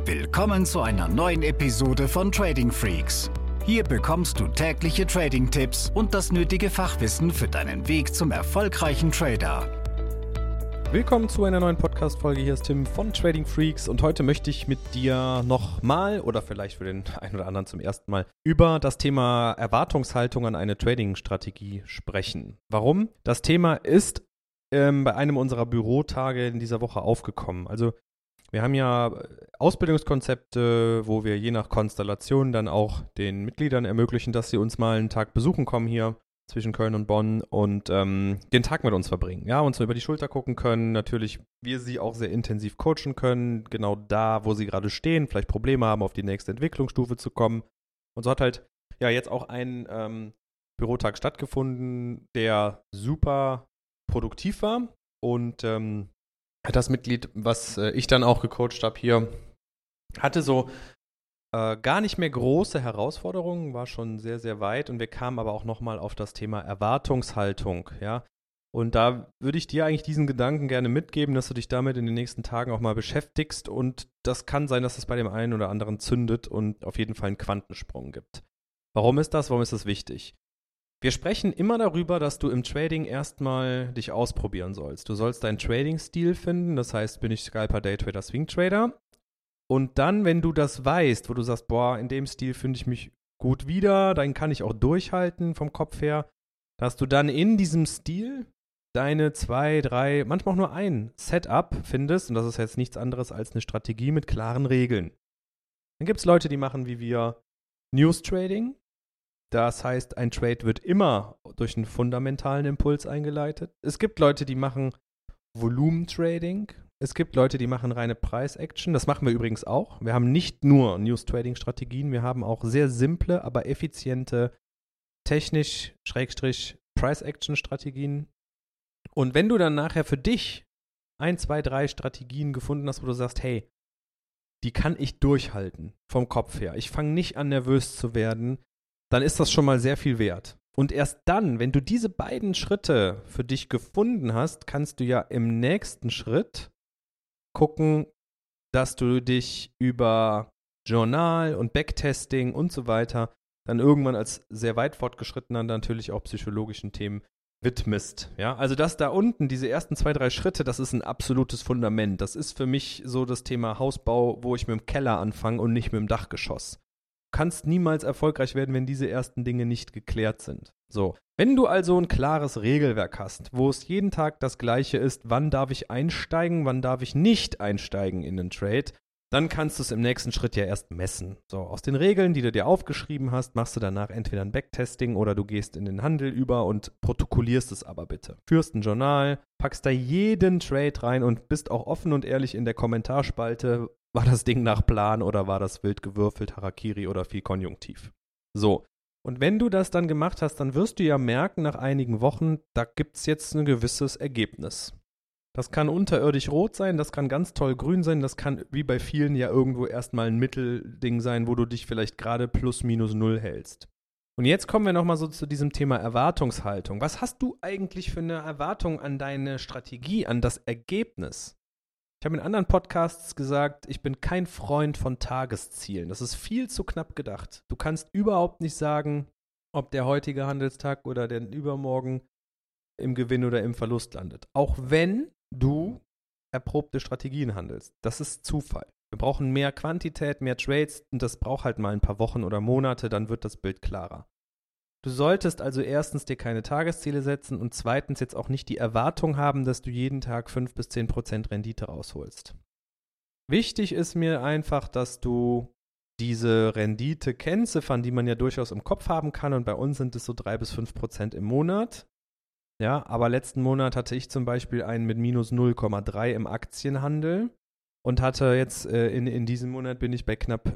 Willkommen zu einer neuen Episode von Trading Freaks. Hier bekommst du tägliche Trading-Tipps und das nötige Fachwissen für deinen Weg zum erfolgreichen Trader. Willkommen zu einer neuen Podcast-Folge. Hier ist Tim von Trading Freaks und heute möchte ich mit dir nochmal oder vielleicht für den einen oder anderen zum ersten Mal über das Thema Erwartungshaltung an eine Trading-Strategie sprechen. Warum? Das Thema ist bei einem unserer Bürotage in dieser Woche aufgekommen. Also wir haben ja Ausbildungskonzepte, wo wir je nach Konstellation dann auch den Mitgliedern ermöglichen, dass sie uns mal einen Tag besuchen kommen hier zwischen Köln und Bonn und den Tag mit uns verbringen. Ja, uns über die Schulter gucken können. Natürlich wir sie auch sehr intensiv coachen können, genau da, wo sie gerade stehen, vielleicht Probleme haben, auf die nächste Entwicklungsstufe zu kommen. Und so hat halt ja jetzt auch ein Bürotag stattgefunden, der super produktiv war und das Mitglied, was ich dann auch gecoacht habe hier, hatte so gar nicht mehr große Herausforderungen, war schon sehr, sehr weit und wir kamen aber auch nochmal auf das Thema Erwartungshaltung, ja. Und da würde ich dir eigentlich diesen Gedanken gerne mitgeben, dass du dich damit in den nächsten Tagen auch mal beschäftigst und das kann sein, dass es bei dem einen oder anderen zündet und auf jeden Fall einen Quantensprung gibt. Warum ist das? Warum ist das wichtig? Wir sprechen immer darüber, dass du im Trading erstmal dich ausprobieren sollst. Du sollst deinen Trading-Stil finden, das heißt, bin ich Scalper, Daytrader, Swing-Trader. Und dann, wenn du das weißt, wo du sagst, boah, in dem Stil finde ich mich gut wieder, dann kann ich auch durchhalten vom Kopf her, dass du dann in diesem Stil deine 2, 3, manchmal auch nur ein Setup findest. Und das ist jetzt nichts anderes als eine Strategie mit klaren Regeln. Dann gibt es Leute, die machen wie wir News-Trading. Das heißt, ein Trade wird immer durch einen fundamentalen Impuls eingeleitet. Es gibt Leute, die machen Volumen-Trading. Es gibt Leute, die machen reine Price-Action. Das machen wir übrigens auch. Wir haben nicht nur News-Trading-Strategien, wir haben auch sehr simple, aber effiziente Technisch-Price-Action-Strategien. Und wenn du dann nachher für dich 1, 2, 3 Strategien gefunden hast, wo du sagst, hey, die kann ich durchhalten vom Kopf her. Ich fange nicht an, nervös zu werden, dann ist das schon mal sehr viel wert. Und erst dann, wenn du diese beiden Schritte für dich gefunden hast, kannst du ja im nächsten Schritt gucken, dass du dich über Journal und Backtesting und so weiter dann irgendwann als sehr weit fortgeschrittener natürlich auch psychologischen Themen widmest. Ja, also das da unten, diese ersten 2, 3 Schritte, das ist ein absolutes Fundament. Das ist für mich so das Thema Hausbau, wo ich mit dem Keller anfange und nicht mit dem Dachgeschoss. Du kannst niemals erfolgreich werden, wenn diese ersten Dinge nicht geklärt sind. So, wenn du also ein klares Regelwerk hast, wo es jeden Tag das Gleiche ist, wann darf ich einsteigen, wann darf ich nicht einsteigen in den Trade, dann kannst du es im nächsten Schritt ja erst messen. So, aus den Regeln, die du dir aufgeschrieben hast, machst du danach entweder ein Backtesting oder du gehst in den Handel über und protokollierst es aber bitte. Führst ein Journal, packst da jeden Trade rein und bist auch offen und ehrlich in der Kommentarspalte, war das Ding nach Plan oder war das wild gewürfelt, Harakiri oder viel Konjunktiv? So, und wenn du das dann gemacht hast, dann wirst du ja merken nach einigen Wochen, da gibt es jetzt ein gewisses Ergebnis. Das kann unterirdisch rot sein, das kann ganz toll grün sein, das kann wie bei vielen ja irgendwo erstmal ein Mittelding sein, wo du dich vielleicht gerade plus minus 0 hältst. Und jetzt kommen wir nochmal so zu diesem Thema Erwartungshaltung. Was hast du eigentlich für eine Erwartung an deine Strategie, an das Ergebnis? Ich habe in anderen Podcasts gesagt, ich bin kein Freund von Tageszielen. Das ist viel zu knapp gedacht. Du kannst überhaupt nicht sagen, ob der heutige Handelstag oder der übermorgen im Gewinn oder im Verlust landet. Auch wenn du erprobte Strategien handelst. Das ist Zufall. Wir brauchen mehr Quantität, mehr Trades und das braucht halt mal ein paar Wochen oder Monate, dann wird das Bild klarer. Du solltest also erstens dir keine Tagesziele setzen und zweitens jetzt auch nicht die Erwartung haben, dass du jeden Tag 5-10% Rendite rausholst. Wichtig ist mir einfach, dass du diese Rendite-Kennziffern, die man ja durchaus im Kopf haben kann und bei uns sind es so 3-5% im Monat. Ja, aber letzten Monat hatte ich zum Beispiel einen mit minus 0,3 im Aktienhandel und hatte jetzt in diesem Monat bin ich bei knapp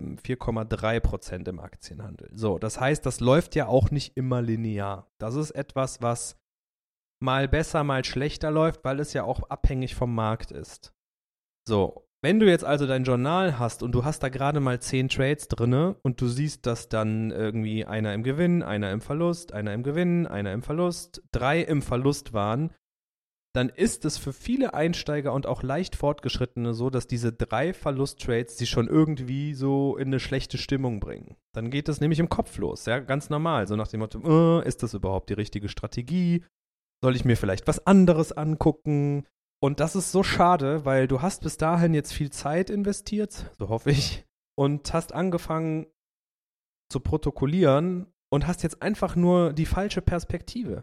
4,3% im Aktienhandel. So, das heißt, das läuft ja auch nicht immer linear. Das ist etwas, was mal besser, mal schlechter läuft, weil es ja auch abhängig vom Markt ist. So, wenn du jetzt also dein Journal hast und du hast da gerade mal 10 Trades drinne und du siehst, dass dann irgendwie einer im Gewinn, einer im Verlust, einer im Gewinn, einer im Verlust, 3 im Verlust waren, dann ist es für viele Einsteiger und auch leicht Fortgeschrittene so, dass diese 3 Verlust-Trades sie schon irgendwie so in eine schlechte Stimmung bringen. Dann geht es nämlich im Kopf los, ja, ganz normal. So nach dem Motto, ist das überhaupt die richtige Strategie? Soll ich mir vielleicht was anderes angucken? Und das ist so schade, weil du hast bis dahin jetzt viel Zeit investiert, so hoffe ich, und hast angefangen zu protokollieren und hast jetzt einfach nur die falsche Perspektive.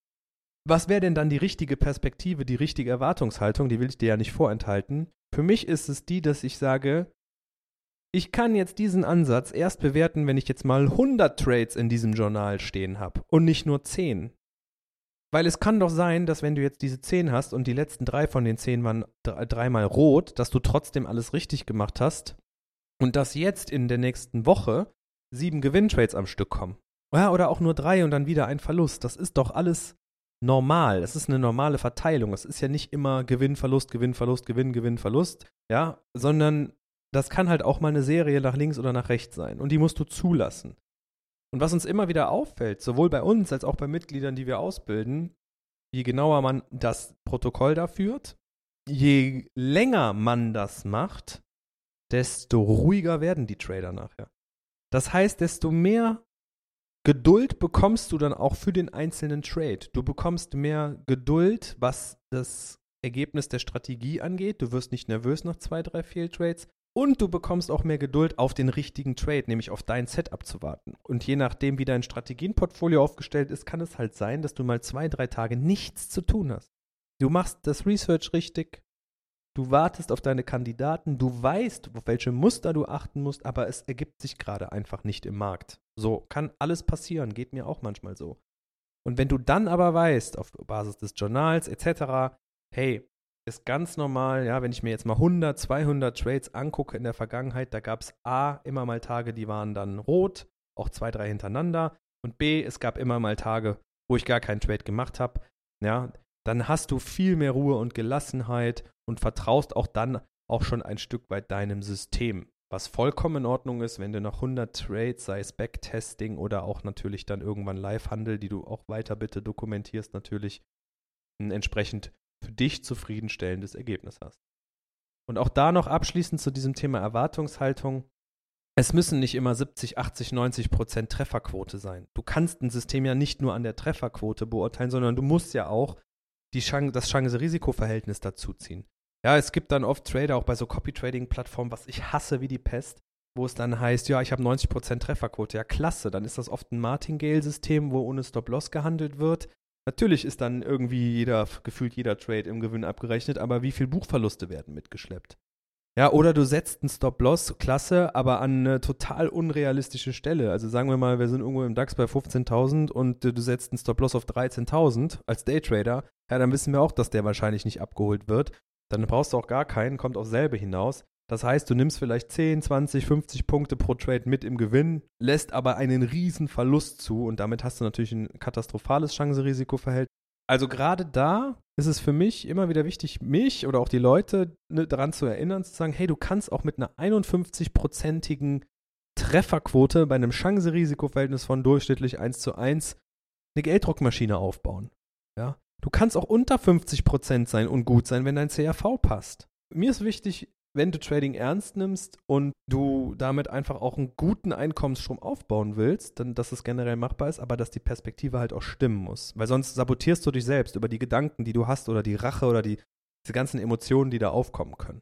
Was wäre denn dann die richtige Perspektive, die richtige Erwartungshaltung? Die will ich dir ja nicht vorenthalten. Für mich ist es die, dass ich sage, ich kann jetzt diesen Ansatz erst bewerten, wenn ich jetzt mal 100 Trades in diesem Journal stehen habe und nicht nur 10. Weil es kann doch sein, dass wenn du jetzt diese 10 hast und die letzten 3 von den 10 waren 3-mal rot, dass du trotzdem alles richtig gemacht hast und dass jetzt in der nächsten Woche 7 Gewinntrades am Stück kommen. Ja, oder auch nur 3 und dann wieder ein Verlust. Das ist doch alles normal. Es ist eine normale Verteilung. Es ist ja nicht immer Gewinn, Verlust, Gewinn, Verlust, Gewinn, Gewinn, Verlust, ja, sondern das kann halt auch mal eine Serie nach links oder nach rechts sein und die musst du zulassen. Und was uns immer wieder auffällt, sowohl bei uns als auch bei Mitgliedern, die wir ausbilden, je genauer man das Protokoll da führt, je länger man das macht, desto ruhiger werden die Trader nachher. Das heißt, desto mehr Geduld bekommst du dann auch für den einzelnen Trade. Du bekommst mehr Geduld, was das Ergebnis der Strategie angeht. Du wirst nicht nervös nach 2, 3 Fehltrades. Und du bekommst auch mehr Geduld, auf den richtigen Trade, nämlich auf dein Setup zu warten. Und je nachdem, wie dein Strategienportfolio aufgestellt ist, kann es halt sein, dass du mal 2, 3 Tage nichts zu tun hast. Du machst das Research richtig, du wartest auf deine Kandidaten, du weißt, auf welche Muster du achten musst, aber es ergibt sich gerade einfach nicht im Markt. So, kann alles passieren, geht mir auch manchmal so. Und wenn du dann aber weißt, auf Basis des Journals etc., hey, ist ganz normal, ja, wenn ich mir jetzt mal 100, 200 Trades angucke in der Vergangenheit, da gab es A, immer mal Tage, die waren dann rot, auch 2, 3 hintereinander, und B, es gab immer mal Tage, wo ich gar keinen Trade gemacht habe, ja, dann hast du viel mehr Ruhe und Gelassenheit und vertraust auch dann auch schon ein Stück weit deinem System, was vollkommen in Ordnung ist, wenn du nach 100 Trades, sei es Backtesting oder auch natürlich dann irgendwann Live-Handel, die du auch weiter bitte dokumentierst, natürlich ein entsprechend für dich zufriedenstellendes Ergebnis hast. Und auch da noch abschließend zu diesem Thema Erwartungshaltung. Es müssen nicht immer 70, 80, 90% Trefferquote sein. Du kannst ein System ja nicht nur an der Trefferquote beurteilen, sondern du musst ja auch das Chance-Risiko-Verhältnis dazu ziehen. Ja, es gibt dann oft Trader, auch bei so Copy-Trading-Plattformen, was ich hasse wie die Pest, wo es dann heißt, ja, ich habe 90% Trefferquote. Ja, klasse, dann ist das oft ein Martingale-System, wo ohne Stop-Loss gehandelt wird. Natürlich ist dann irgendwie gefühlt jeder Trade im Gewinn abgerechnet, aber wie viel Buchverluste werden mitgeschleppt? Ja, oder du setzt einen Stop-Loss, klasse, aber an eine total unrealistische Stelle. Also sagen wir mal, wir sind irgendwo im DAX bei 15.000 und du setzt einen Stop-Loss auf 13.000 als Daytrader. Ja, dann wissen wir auch, dass der wahrscheinlich nicht abgeholt wird. Dann brauchst du auch gar keinen, kommt auf selbe hinaus. Das heißt, du nimmst vielleicht 10, 20, 50 Punkte pro Trade mit im Gewinn, lässt aber einen riesen Verlust zu und damit hast du natürlich ein katastrophales Chance-Risiko-Verhältnis. Also gerade da ist es für mich immer wieder wichtig, mich oder auch die Leute daran zu erinnern, zu sagen, hey, du kannst auch mit einer 51-prozentigen Trefferquote bei einem Chance-Risiko-Verhältnis von durchschnittlich 1:1 eine Gelddruckmaschine aufbauen. Ja? Du kannst auch unter 50% sein und gut sein, wenn dein CRV passt. Mir ist wichtig, wenn du Trading ernst nimmst und du damit einfach auch einen guten Einkommensstrom aufbauen willst, dann, dass es generell machbar ist, aber dass die Perspektive halt auch stimmen muss. Weil sonst sabotierst du dich selbst über die Gedanken, die du hast oder die Rache oder diese ganzen Emotionen, die da aufkommen können.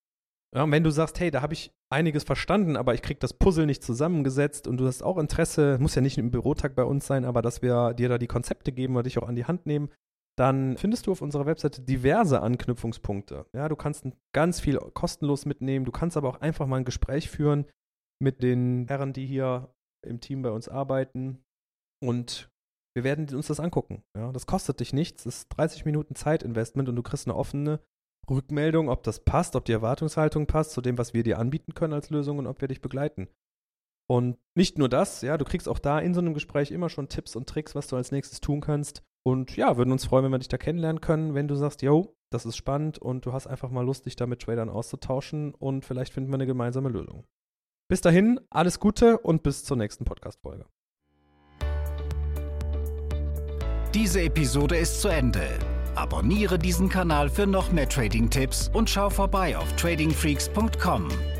Ja, und wenn du sagst, hey, da habe ich einiges verstanden, aber ich kriege das Puzzle nicht zusammengesetzt und du hast auch Interesse, muss ja nicht im Bürotag bei uns sein, aber dass wir dir da die Konzepte geben oder dich auch an die Hand nehmen, dann findest du auf unserer Webseite diverse Anknüpfungspunkte. Ja, du kannst ganz viel kostenlos mitnehmen, du kannst aber auch einfach mal ein Gespräch führen mit den Herren, die hier im Team bei uns arbeiten und wir werden uns das angucken. Ja, das kostet dich nichts, das ist 30 Minuten Zeitinvestment und du kriegst eine offene Rückmeldung, ob das passt, ob die Erwartungshaltung passt zu dem, was wir dir anbieten können als Lösung und ob wir dich begleiten. Und nicht nur das, ja, du kriegst auch da in so einem Gespräch immer schon Tipps und Tricks, was du als nächstes tun kannst. Und ja, würden uns freuen, wenn wir dich da kennenlernen können, wenn du sagst, yo, das ist spannend und du hast einfach mal Lust, dich da mit Tradern auszutauschen und vielleicht finden wir eine gemeinsame Lösung. Bis dahin, alles Gute und bis zur nächsten Podcast-Folge. Diese Episode ist zu Ende. Abonniere diesen Kanal für noch mehr Trading-Tipps und schau vorbei auf tradingfreaks.com.